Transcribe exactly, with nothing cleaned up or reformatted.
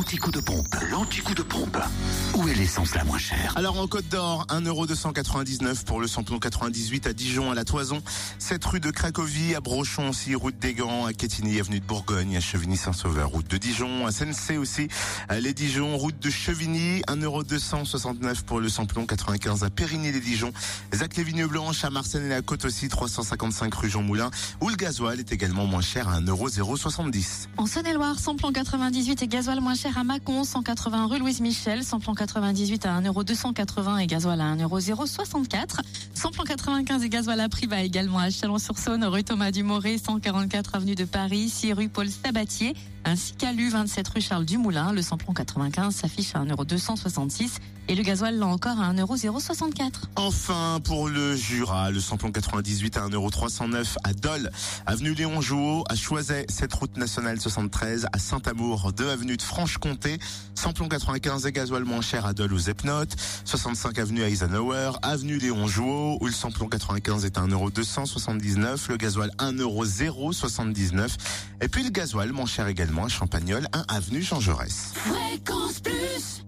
l'anti-coup de pompe. L'anti-coup de pompe. Où est l'essence la moins chère? Alors en Côte d'Or, un euro deux cent quatre-vingt-dix-neuf pour le samplon quatre-vingt-dix-huit à Dijon, à la Toison, sept rue de Cracovie, à Brochon aussi, route des Gants, à Quetigny, avenue de Bourgogne, à Chevigny-Saint-Sauveur, route de Dijon, à Sensey aussi, à les Dijon, route de Chevigny, un euro deux cent soixante-neuf pour le samplon quatre-vingt-quinze à Périgny-les-Dijon, Zac-les-Vignes-Blanches, à Marseille et la Côte aussi, trois cent cinquante-cinq rue Jean Moulin, où le gasoil est également moins cher à un euro zéro soixante-dix. En Saône-et-Loire, samplon quatre-vingt-dix-huit et gasoil moins cher à Mâcon, cent quatre-vingts rue Louise Michel, samplon quatre-vingt-dix-huit à un euro deux cent quatre-vingts et gasoil à un euro zéro soixante-quatre. Samplon quatre-vingt-quinze et gasoil à Privas également à Chalon-sur-Saône, rue Thomas Dumoré, cent quarante-quatre avenue de Paris, six rue Paul Sabatier, ainsi qu'à l'U vingt-sept rue Charles Dumoulin. Le samplon quatre-vingt-quinze s'affiche à un euro deux cent soixante-six et le gasoil là encore à un euro zéro soixante-quatre. Enfin, pour le Jura, le samplon quatre-vingt-dix-huit à un euro trois cent neuf à Dole, avenue Léon Jouot, à Choiset, sept route nationale soixante-treize, à Saint-Amour, deux avenue de Franche-Comté, samplon quatre-vingt-quinze et gasoil moins cher à Dole aux Epnotes, soixante-cinq avenue Eisenhower, avenue Léon Jouot, où le samplon quatre-vingt-quinze est à un euro deux cent soixante-dix-neuf, le gasoil un euro zéro soixante-dix-neuf, et puis le gasoil moins cher également à Champagnole, un avenue Jean Jaurès. Fréquence plus.